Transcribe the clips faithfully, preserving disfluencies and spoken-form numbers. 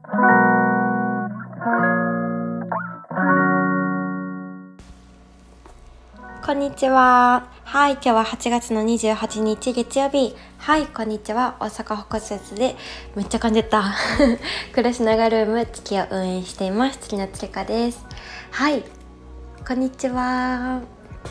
こんにちは。はい、今日ははちがつのにじゅうはちにち月曜日。はい、こんにちは。大阪北節でめっちゃ噛んじゃった暮らしながルーム月を運営しています月のつりかです。はい、こんにちは。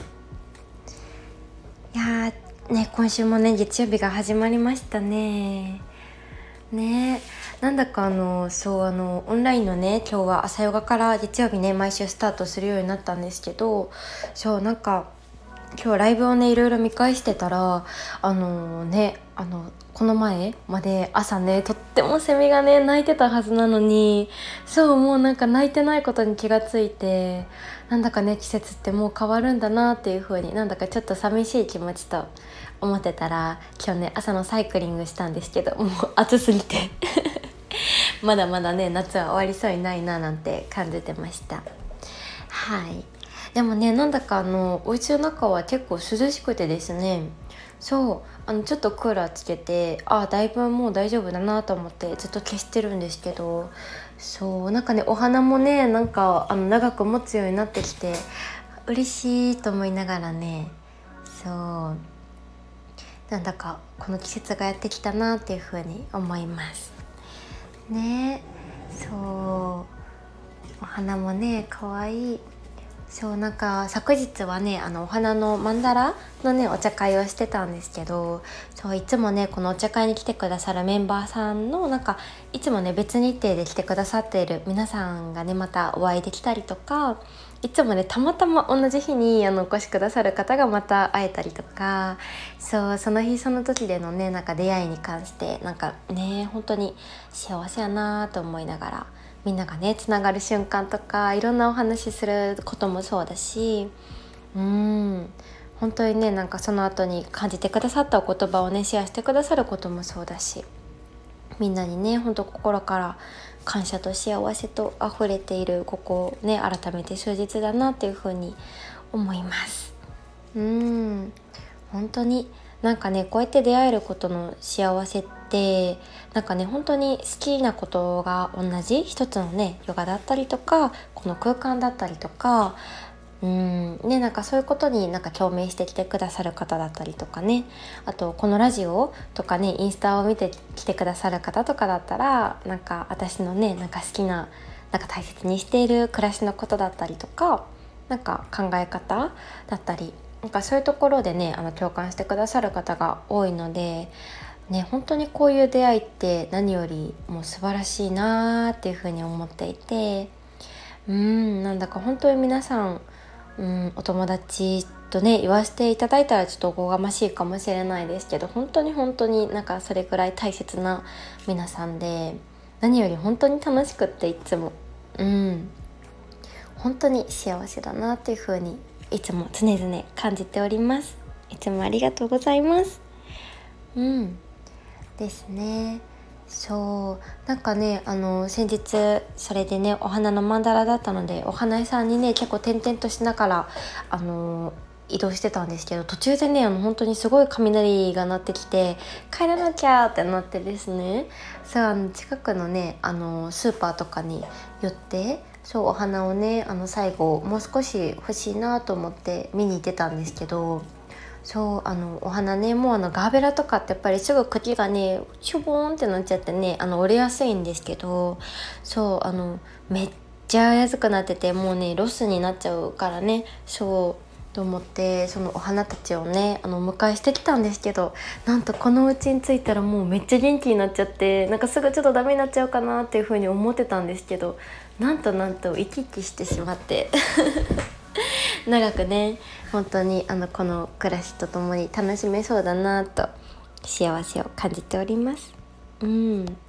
いやーね、今週もね月曜日が始まりましたね。ねなんだかあのそうあのオンラインのね今日は朝ヨガから月曜日ね毎週スタートするようになったんですけど、そうなんか今日ライブをねいろいろ見返してたらあのねあのこの前まで朝ねとってもセミがね鳴いてたはずなのに、そうもうなんか鳴いてないことに気がついて、なんだかね季節ってもう変わるんだなっていう風になんだかちょっと寂しい気持ちと思ってたら、今日ね朝のサイクリングしたんですけど、もう暑すぎてまだまだね夏は終わりそうにないななんて感じてました。はい、でもねなんだかあのお家の中は結構涼しくてですね、そうあのちょっとクーラーつけてあだいぶもう大丈夫だなと思ってずっと消してるんですけど、そうなんかねお花もねなんかあの長く持つようになってきて嬉しいと思いながらね、そうなんだかこの季節がやってきたなっていう風に思いますね。そうお花もね可愛い。そうなんか昨日はねあのお花のマンダラのねお茶会をしてたんですけど、そういつもねこのお茶会に来てくださるメンバーさんのなんかいつもね別日程で来てくださっている皆さんがねまたお会いできたりとか、いつもねたまたま同じ日にあのお越しくださる方がまた会えたりとか、そうその日その時でのねなんか出会いに関してなんかね本当に幸せやなと思いながら、みんながねつながる瞬間とかいろんなお話しすることもそうだし、うーん本当にねなんかその後に感じてくださったお言葉をねシェアしてくださることもそうだし、みんなにね本当心から感謝と幸せと溢れているここね改めて数日だなっていうふうに思います。うーん本当になんかねこうやって出会えることの幸せってなんかね本当に好きなことが同じ一つのねヨガだったりとかこの空間だったりとか、うーんねなんかそういうことになんか共鳴してきてくださる方だったりとかね、あとこのラジオとかねインスタを見てきてくださる方とかだったらなんか私のねなんか好きななんか大切にしている暮らしのことだったりとかなんか考え方だったりなんかそういうところでねあの共感してくださる方が多いので、ね、本当にこういう出会いって何よりも素晴らしいなっていうふうに思っていて、うーんなんだか本当に皆さん、うん、お友達とね言わせていただいたらちょっとおこがましいかもしれないですけど、本当に本当になんかそれくらい大切な皆さんで、何より本当に楽しくっていつもうん本当に幸せだなっていうふうにいつも常々感じております。いつもありがとうございます。うんですね。そうなんかねあの先日それでねお花のマンダラだったのでお花屋さんにね結構転々としながらあの移動してたんですけど、途中でねあの本当にすごい雷が鳴ってきて帰らなきゃってなってですね、そうあの近くのねあのスーパーとかに寄ってそうお花をねあの最後もう少し欲しいなと思って見に行ってたんですけど、そうあのお花ねもうあのガーベラとかってやっぱりすぐ茎がねシュボーンってなっちゃってねあの折れやすいんですけど、そうあのめっちゃ安くなっててもうねロスになっちゃうからね、そうと思ってそのお花たちをねあのお迎えしてきたんですけど、なんとこのうちに着いたらもうめっちゃ元気になっちゃって、なんかすぐちょっとダメになっちゃうかなっていう風に思ってたんですけど、なんとなんと生き生きしてしまって長くね本当にあのこの暮らしとともに楽しめそうだなと幸せを感じております。うんね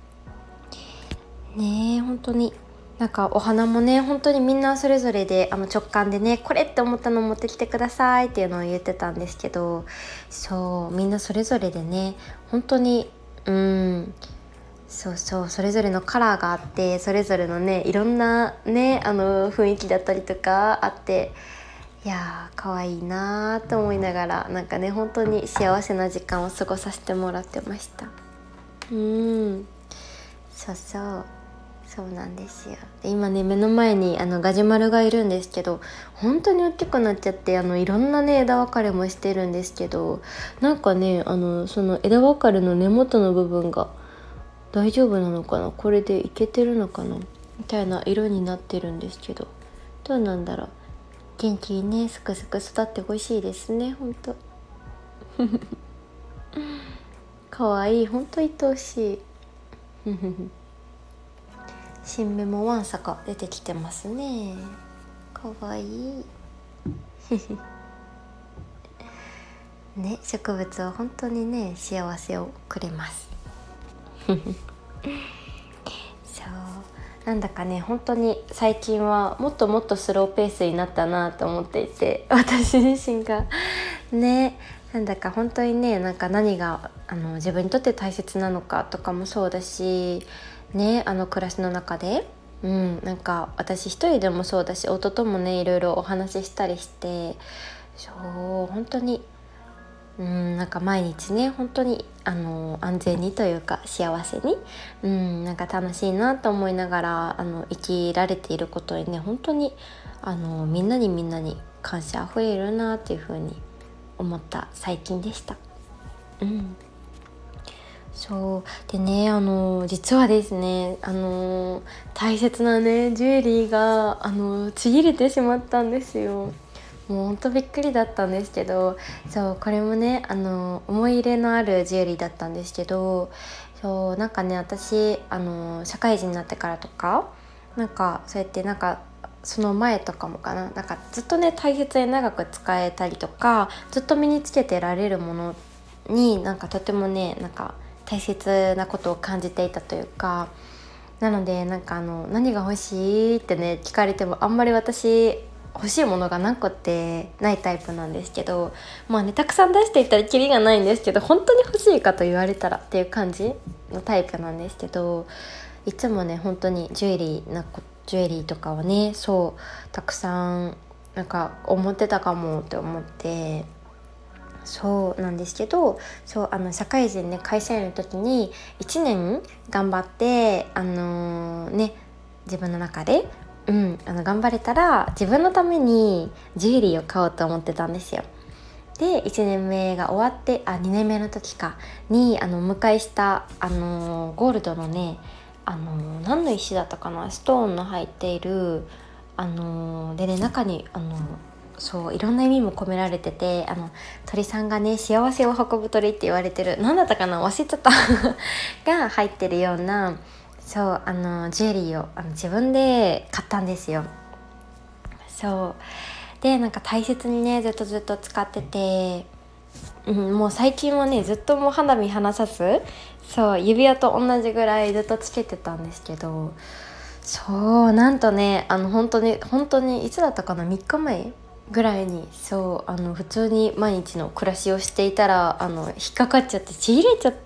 え本当になんかお花もね本当にみんなそれぞれであの直感でねこれって思ったのを持ってきてくださいっていうのを言ってたんですけど、そうみんなそれぞれでね本当にうんそうそうそれぞれのカラーがあってそれぞれのねいろんなねあの雰囲気だったりとかあって、いやー可愛いなーと思いながらなんかね本当に幸せな時間を過ごさせてもらってました。うーんそうそうそうなんですよ。で今ね目の前にあのガジュマルがいるんですけど、本当に大きくなっちゃって、あのいろんなね枝分かれもしてるんですけど、なんかねあのその枝分かれの根元の部分が大丈夫なのかな、これでいけてるのかなみたいな色になってるんですけど、どうなんだろう。元気にねすくすく育ってほしいですね。ほんとかわいい、ほんと愛おしい新芽もわんさか出てきてますね。かわいいね、植物は本当にね幸せをくれますそうなんだかね本当に最近はもっともっとスローペースになったなと思っていて、私自身がねなんだか本当にねなんか何があの自分にとって大切なのかとかもそうだしね、あの暮らしの中でうんなんか私一人でもそうだし夫ともねいろいろお話ししたりして、そう本当にうんなんか毎日ね本当にあの安全にというか幸せにうんなんか楽しいなと思いながらあの生きられていることにね本当にあのみんなにみんなに感謝あふれるなっていう風に思った最近でした。うんそうでねあの実はですねあの大切なねジュエリーがあのちぎれてしまったんですよ。もうほんとびっくりだったんですけど、そうこれもねあの思い入れのあるジュエリーだったんですけど、そうなんかね私あの社会人になってからとかなんかそうやってなんかその前とかもかななんかずっとね大切に長く使えたりとかずっと身につけてられるものになんかとてもねなんか大切なことを感じていたというか、なのでなんかあの何が欲しいってね聞かれてもあんまり私欲しいものがなくってないタイプなんですけど、まあねたくさん出していったらキリがないんですけど、本当に欲しいかと言われたらっていう感じのタイプなんですけど、いつもね本当にジュエリーなジュエリーとかはねそうたくさんなんか思ってたかもって思って、そうなんですけど、そうあの社会人ね会社員の時にいちねん頑張ってあのー、ね自分の中で、うん、あの頑張れたら自分のためにジュエリーを買おうと思ってたんですよ。でいちねんめが終わってあにねんめの時かにあのお迎えしたあのー、ゴールドのねあのー、何の石だったかなストーンの入っているあのー、でね中にあのーそういろんな意味も込められてて、あの鳥さんがね幸せを運ぶ鳥って言われてる何だったかな忘れちゃったが入ってるようなそうあのジュエリーをあの自分で買ったんですよ。そうでなんか大切にねずっとずっと使ってて、うん、もう最近はねずっともう花見離さずそう指輪と同じぐらいずっとつけてたんですけど、そうなんとねあの本当に本当にいつだったかなみっかまえぐらいにそうあの普通に毎日の暮らしをしていたらあの引っかかっちゃってちぎれちゃって、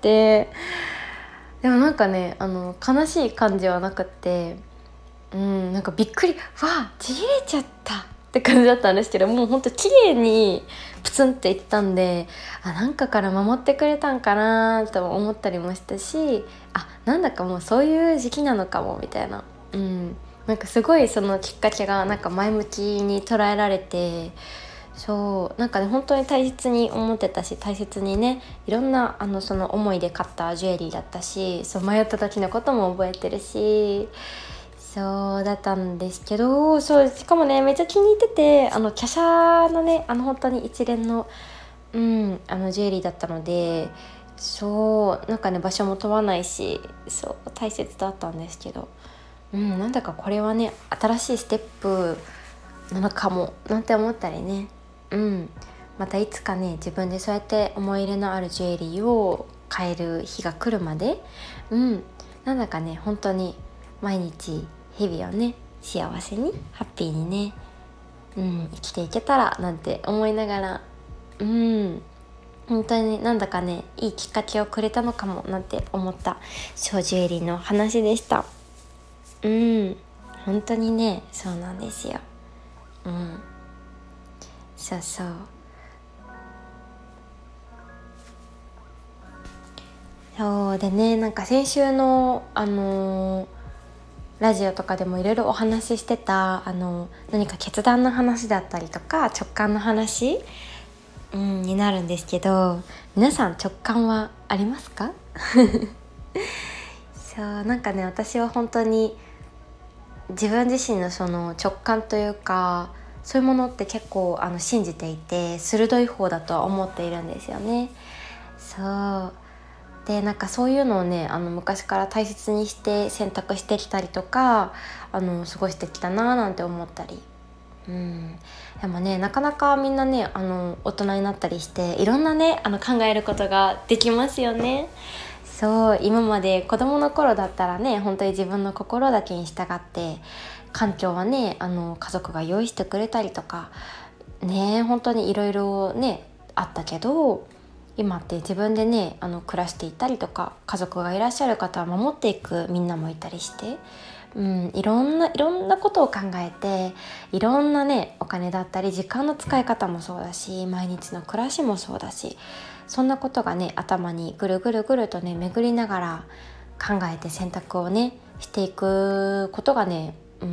でもなんかねあの悲しい感じはなくってうんなんかびっくりわあちぎれちゃったって感じだったんですけど、もうほんと綺麗にプツンっていったんで、あなんかから守ってくれたんかなと思ったりもしたし、あなんだかもうそういう時期なのかもみたいな、うんなんかすごいそのきっかけがなんか前向きに捉えられて、そうなんかね本当に大切に思ってたし大切にねいろんなあのその思いで買ったジュエリーだったし、そう迷った時のことも覚えてるしそうだったんですけど、そうしかもねめっちゃ気に入っててあの華奢のねあの本当に一連のうんあのジュエリーだったので、そうなんかね場所も問わないしそう大切だったんですけど、うんなんだかこれはね新しいステップなのかもなんて思ったりね、うんまたいつかね自分でそうやって思い入れのあるジュエリーを買える日が来るまで、うんなんだかね本当に毎日日々をね幸せにハッピーにね、うん、生きていけたらなんて思いながら、うん本当になんだかねいいきっかけをくれたのかもなんて思った小ジュエリーの話でした。うん本当にねそうなんですよ。うんそうそうそうでねなんか先週のあのーラジオとかでもいろいろお話ししてたあの何か決断の話だったりとか直感の話、うん、になるんですけど、皆さん直感はありますか？そうなんかね、私は本当に自分自身のその直感というか、そういうものって結構あの信じていて鋭い方だとは思っているんですよね。そうで、なんかそういうのをね、あの昔から大切にして選択してきたりとか、あの過ごしてきたななんて思ったり、うん、でもね、なかなかみんなね、あの大人になったりしていろんなね、あの考えることができますよね。そう今まで子供の頃だったらね、本当に自分の心だけに従って、環境はね、あの家族が用意してくれたりとかね、本当にいろいろねあったけど、今って自分でね、あの暮らしていたりとか、家族がいらっしゃる方は守っていくみんなもいたりして、うん、いろんないろんなことを考えて、いろんなねお金だったり時間の使い方もそうだし、毎日の暮らしもそうだし、そんなことがね頭にぐるぐるぐるとね巡りながら考えて選択をねしていくことがね、うん、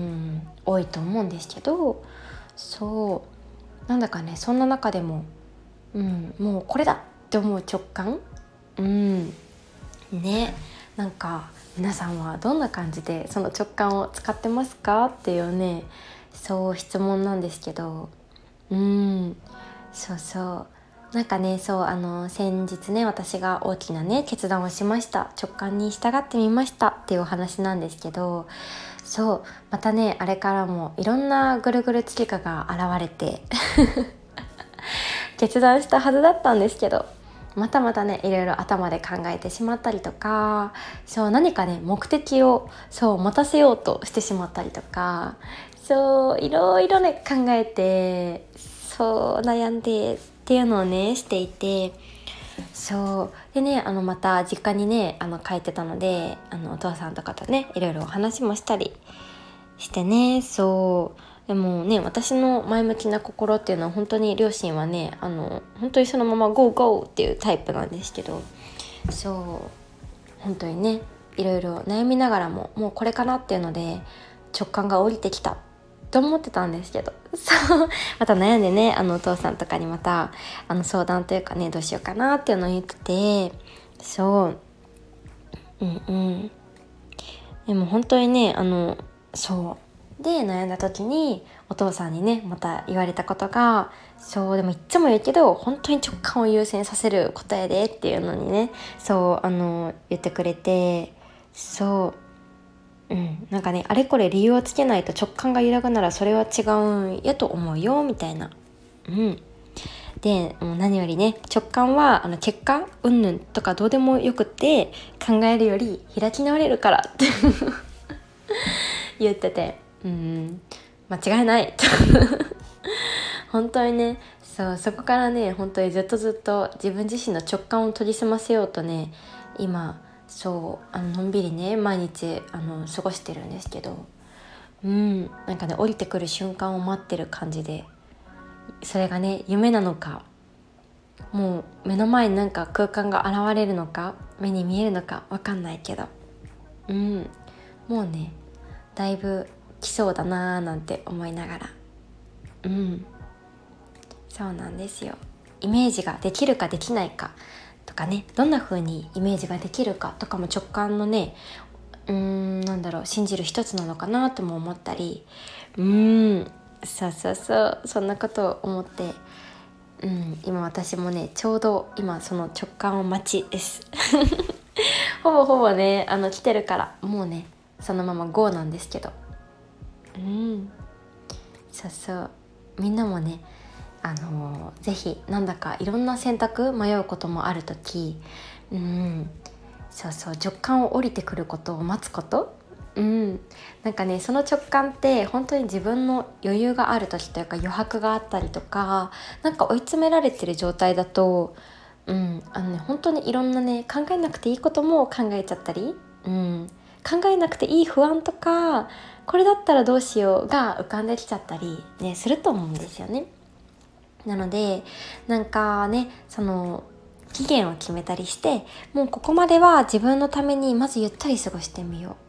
多いと思うんですけど、そうなんだかね、そんな中でも、うん、もうこれだって思う直感、うんね、なんか皆さんはどんな感じでその直感を使ってますかっていうね、そう質問なんですけど、うんそうそうなんかね、そうあの先日ね、私が大きなね決断をしました、直感に従ってみましたっていうお話なんですけど、そうまたね、あれからもいろんなぐるぐる月花が現れて決断したはずだったんですけど、またまたねいろいろ頭で考えてしまったりとか、そう何かね目的をそう持たせようとしてしまったりとか、そういろいろね考えて、そう悩んでっていうのをねしていて、そうでね、あのまた実家にねあの帰ってたので、あのお父さんとかとねいろいろお話もしたりしてね、そうでもね、私の前向きな心っていうのは本当に両親はね、あの本当にそのままゴーゴーっていうタイプなんですけど、そう本当にねいろいろ悩みながらも、もうこれかなっていうので直感が降りてきたと思ってたんですけど、そうまた悩んでね、あのお父さんとかにまたあの相談というかね、どうしようかなっていうのを言ってて、そううんうんでも本当にね、あのそうで悩んだ時にお父さんにねまた言われたことが、そうでもいっつも言うけど本当に直感を優先させることやでっていうのにね、そうあの言ってくれて、そううんなんかね、あれこれ理由をつけないと直感が揺らぐならそれは違うんやと思うよみたいな、うんでもう何よりね、直感はあの結果うんぬんとかどうでもよくって考えるより開き直れるからって言ってて、うん間違いない本当にね、そうそこからね本当にずっとずっと自分自身の直感を研ぎ澄ませようとね、今そうあののんびりね毎日あの過ごしてるんですけど、うんなんかね降りてくる瞬間を待ってる感じで、それがね夢なのか、もう目の前になんか空間が現れるのか目に見えるのかわかんないけど、うんもうねだいぶ来そうだなーなんて思いながら、うんそうなんですよ。イメージができるかできないかとかね、どんな風にイメージができるかとかも直感のね、うーんなんだろう信じる一つなのかなとも思ったり、うーんそうそうそうそんなことを思って、うん、今私もねちょうど今その直感を待ちですほぼほぼねあの来てるからもうねそのまま ゴー なんですけど、うんそうそうみんなもねあのー、ぜひなんだかいろんな選択迷うこともあるとき、うんそうそう直感を降りてくることを待つこと、うんなんかねその直感って本当に自分の余裕がある時というか余白があったりとか、なんか追い詰められてる状態だと、うんあのね本当にいろんなね考えなくていいことも考えちゃったり、うん考えなくていい不安とかこれだったらどうしようが浮かんできちゃったり、ね、すると思うんですよね。なのでなんかねその期限を決めたりして、もうここまでは自分のためにまずゆったり過ごしてみよ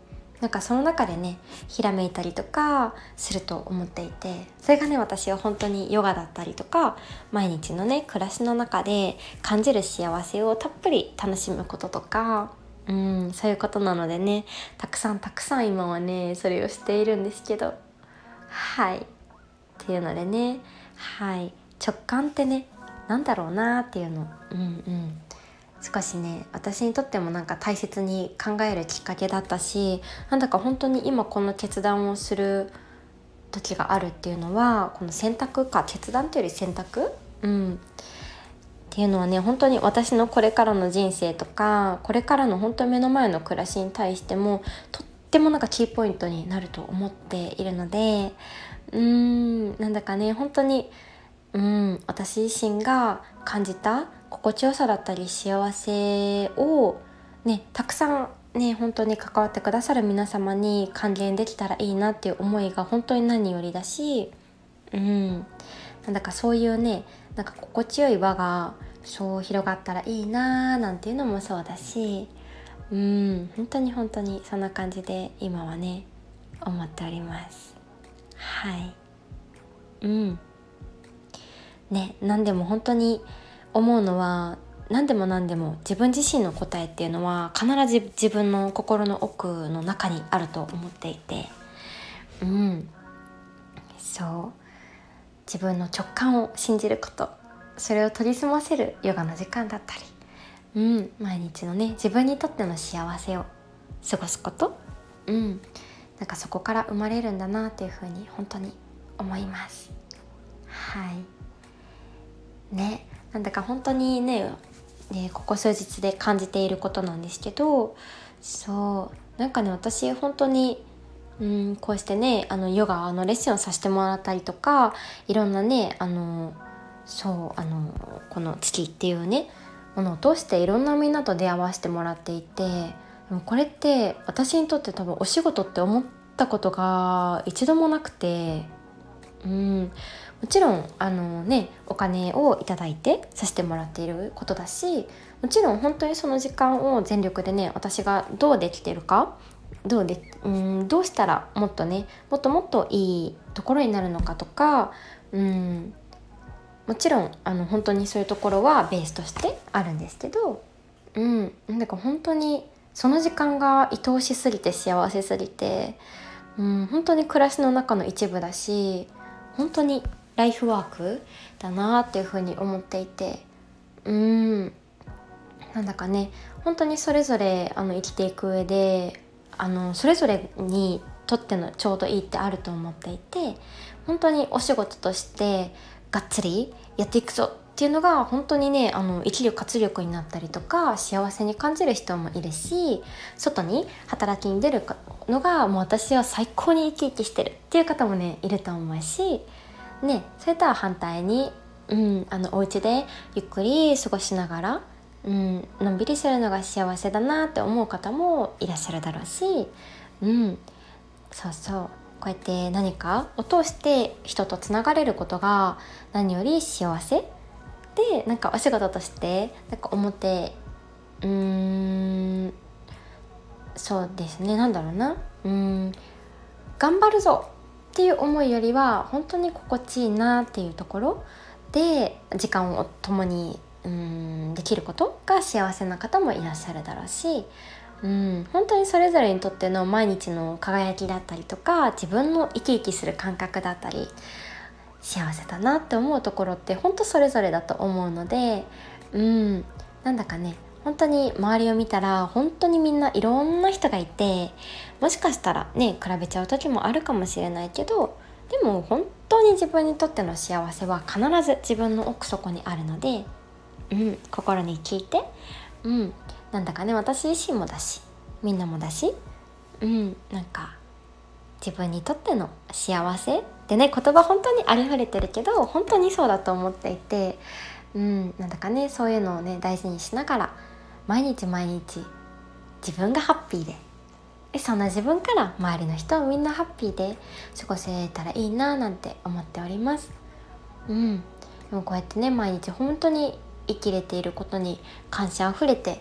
なんかその中でねひらめいたりとかすると思っていて、それがね私は本当にヨガだったりとか毎日のね暮らしの中で感じる幸せをたっぷり楽しむこととか、うんそういうことなのでね、たくさんたくさん今はねそれをしているんですけど、はいっていうのでね、はい直感ってねなんだろうなっていうの、うんうん少しね私にとってもなんか大切に考えるきっかけだったし、なんだか本当に今この決断をする時があるっていうのは、この選択か決断というより選択、うんっていうのはね本当に私のこれからの人生とかこれからの本当に目の前の暮らしに対してもとってもなんかキーポイントになると思っているので、うーんなんだかね本当にうん私自身が感じた心地よさだったり幸せをねたくさんね本当に関わってくださる皆様に還元できたらいいなっていう思いが本当に何よりだし、うんなんだかそういうねなんか心地よい輪がそう広がったらいいなーなんていうのもそうだし、うん本当に本当にそんな感じで今はね思っております。はいうんね、何でも本当に思うのは、何でも何でも自分自身の答えっていうのは必ず自分の心の奥の中にあると思っていて、うんそう自分の直感を信じること、それを研ぎ澄ませるヨガの時間だったり、うん毎日のね自分にとっての幸せを過ごすこと、うんなんかそこから生まれるんだなっていうふうに本当に思います。はいね、なんだか本当にね、ねここ数日で感じていることなんですけど、そうなんかね私本当にうんこうしてねあのヨガのレッスンをさせてもらったりとか、いろんなねあのそうあのこの月っていうねものを通していろんなみんなと出会わせてもらっていて、でもこれって私にとって多分お仕事って思ったことが一度もなくて、うんもちろんあの、ね、お金をいただいてさせてもらっていることだし、もちろん本当にその時間を全力でね私がどうできてるかどうでうんどうしたらもっとねもっともっといいところになるのかとか、うんもちろんあの本当にそういうところはベースとしてあるんですけど、うんなんだか本当にその時間が愛おしすぎて幸せすぎて、うん、本当に暮らしの中の一部だし、本当にライフワークだなっていうふうに思っていて、うーんなんだかね本当にそれぞれあの生きていく上であのそれぞれにとってのちょうどいいってあると思っていて、本当にお仕事としてがっつりやっていくぞっていうのが本当にねあの生きる活力になったりとか幸せに感じる人もいるし、外に働きに出るのがもう私は最高に生き生きしてるっていう方もねいると思うしね、それとは反対に、うん、あのお家でゆっくり過ごしながら、うん、のんびりするのが幸せだなって思う方もいらっしゃるだろうし、うん、そうそうこうやって何かを通して人とつながれることが何より幸せで、なんかお仕事としてなんか思ってうーんそうですねなんだろうなうーん頑張るぞっていう思いよりは本当に心地いいなっていうところで時間を共にうーんできることが幸せな方もいらっしゃるだろうし、うん本当にそれぞれにとっての毎日の輝きだったりとか自分の生き生きする感覚だったり幸せだなって思うところって本当それぞれだと思うので、うんなんだかね本当に周りを見たら本当にみんないろんな人がいて、もしかしたらね比べちゃう時もあるかもしれないけど、でも本当に自分にとっての幸せは必ず自分の奥底にあるので、うん、心に聞いて、うん、なんだかね私自身もだしみんなもだし、うん、なんか自分にとっての幸せでね言葉本当にありふれてるけど本当にそうだと思っていて、うん、なんだかねそういうのをね大事にしながら毎日毎日自分がハッピーででそんな自分から周りの人はみんなハッピーで過ごせたらいいななんて思っております。うん、でもこうやってね毎日本当に生きれていることに感謝あふれて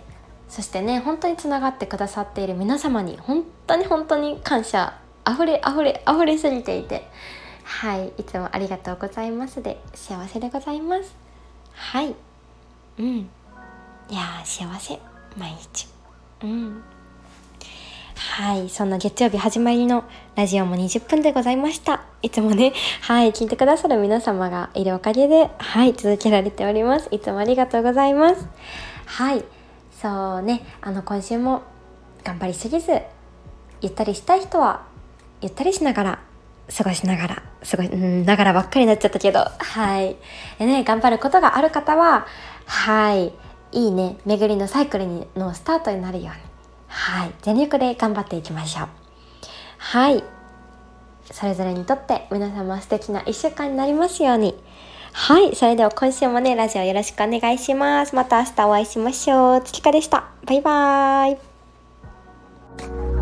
そしてね本当につながってくださっている皆様に本当に本当に感謝あふれあふれあふれすぎていて、はい、いつもありがとうございますで幸せでございます。はい、うん、いや幸せ毎日、うん、はい、そんな月曜日始まりのラジオもにじゅっぷんでございました。いつもね、はい、聞いてくださる皆様がいるおかげで、はい、続けられております。いつもありがとうございます。はい、そうね、あの今週も頑張りすぎず、ゆったりしたい人はゆったりしながら過ごしながら過ごしうんながらばっかりになっちゃったけど、はいでね、頑張ることがある方ははいいいね巡りのサイクルのスタートになるように、はい全力で頑張っていきましょう。はいそれぞれにとって皆様素敵ないっしゅうかんになりますように。はい、それでは今週もねラジオよろしくお願いします。また明日お会いしましょう。つきかでした。バイバーイ。